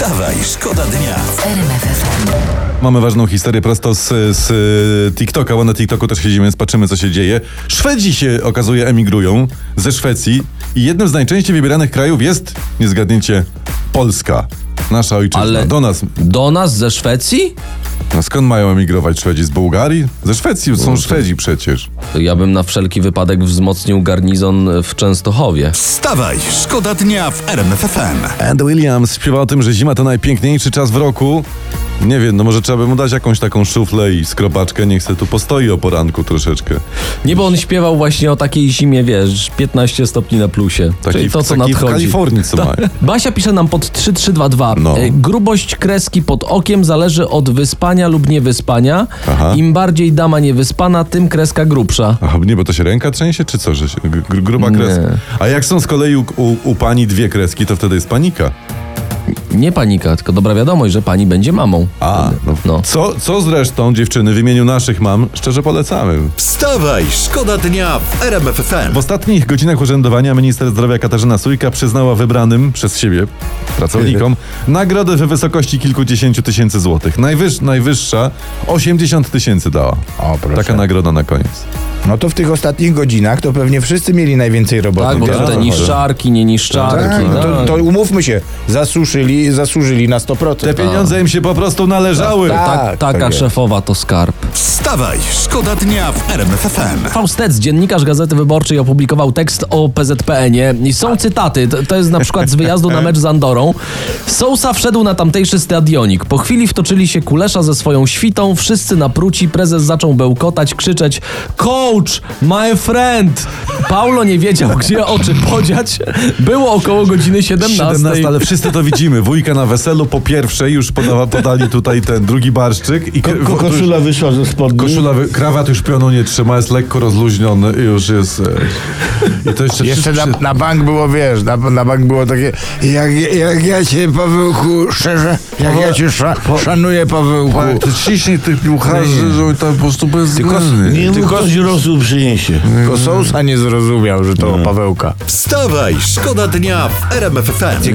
Wstawaj, szkoda dnia. Mamy ważną historię prosto z TikToka, bo na TikToku też siedzimy, więc patrzymy, co się dzieje. Szwedzi się, okazuje, emigrują ze Szwecji i jednym z najczęściej wybieranych krajów jest, nie zgadniecie, Polska. Nasza ojczyzna. Ale do nas ze Szwecji? No skąd mają emigrować Szwedzi? Z Bułgarii? Ze Szwecji są Szwedzi przecież. To ja bym na wszelki wypadek wzmocnił garnizon w Częstochowie. Wstawaj, szkoda dnia w RMF FM. Ed Williams śpiewa o tym, że zima to najpiękniejszy czas w roku. Nie wiem, no może trzeba by mu dać jakąś taką szuflę i skrobaczkę, niech se tu postoi o poranku troszeczkę. Nie, bo on śpiewał właśnie o takiej zimie, wiesz, 15 stopni na plusie. Czyli to, co nadchodzi. w Kalifornii co mają. Basia pisze nam pod 3322. No. Grubość kreski pod okiem zależy od wyspania lub niewyspania. Aha. Im bardziej dama niewyspana, tym kreska grubsza. Aha, nie, bo to się ręka trzęsie, czy co? Że się, gruba kreska. Nie. A jak są z kolei u pani dwie kreski, to wtedy jest panika. Nie panika, tylko dobra wiadomość, że pani będzie mamą. A, No. Co zresztą, dziewczyny, w imieniu naszych mam szczerze polecamy. Wstawaj, szkoda dnia w RMF FM. W ostatnich godzinach urzędowania minister zdrowia Katarzyna Sójka przyznała wybranym przez siebie pracownikom nagrodę w wysokości kilkudziesięciu tysięcy złotych. Najwyższa 80 000 dała. O, proszę. Taka nagroda na koniec. No to w tych ostatnich godzinach to pewnie wszyscy mieli najwięcej roboty. Tak, bo Wiesz, to o te co chodzi? niszczarki, nie niszczarki. Tak, to umówmy się, zasłużyli na 100%. Te pieniądze im się po prostu należały. Tak. Taka jest. szefowa to skarb. Wstawaj, szkoda dnia w RMF FM. Faustec, dziennikarz Gazety Wyborczej, opublikował tekst o PZPN-ie. I są cytaty, to jest na przykład z wyjazdu na mecz z Andorą. Sousa wszedł na tamtejszy stadionik. Po chwili wtoczyli się Kulesza ze swoją świtą, wszyscy napruci, prezes zaczął bełkotać, krzyczeć: Coach, my friend! Paulo nie wiedział, gdzie oczy podziać. Było około godziny 17. Ale wszyscy to widzimy. Wujka na weselu po pierwszej już podali tutaj ten drugi barszczyk i Koszula wyszła ze spodni. krawat już pioną nie trzyma, jest lekko rozluźniony i już jest. I to Jeszcze na bank było, wiesz, na bank było takie, jak ja cię, Pawełku, szczerze, jak ja cię szanuję, Pawełku. Ty ciśnij tych piłkarzy, że tam po prostu bezwzględny. Nie mógł ktoś rosół przyniesie. Tylko Sousa nie zrozumiał, że to Pawełka. Wstawaj, szkoda dnia w RMF FM.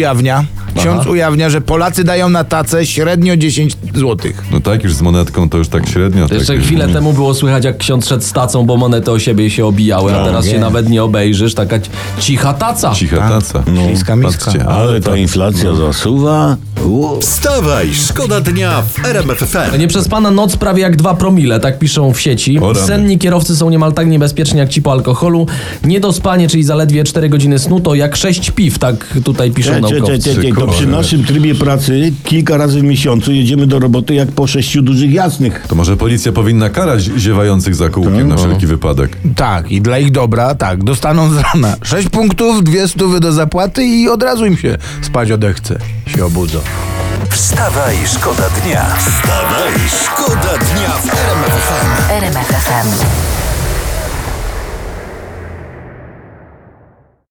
Ksiądz ujawnia, że Polacy dają na tacę średnio 10 zł. No tak, już z monetką to już tak średnio. Jeszcze tak, chwilę temu było słychać, jak ksiądz szedł z tacą, bo monety o siebie się obijały, a teraz się nawet nie obejrzysz. Taka cicha taca. Cicha taca. Miska. Patrzcie, Ale ta inflacja zasuwa. Wstawaj, szkoda dnia w RMF FM. Nieprzespana noc prawie jak 2 promile, tak piszą w sieci. O rany. Senni kierowcy są niemal tak niebezpieczni jak ci po alkoholu. Niedospanie, czyli zaledwie 4 godziny snu, to jak 6 piw, tak tutaj piszą naukowcy. To przy naszym trybie pracy kilka razy w miesiącu jedziemy do roboty jak po 6 dużych jasnych. To może policja powinna karać ziewających za kółkiem na wszelki wypadek. Tak, i dla ich dobra, tak, dostaną z rana 6 punktów, 200 do zapłaty i od razu im się spać odechce, się obudzą. Wstawaj, szkoda dnia. Wstawaj,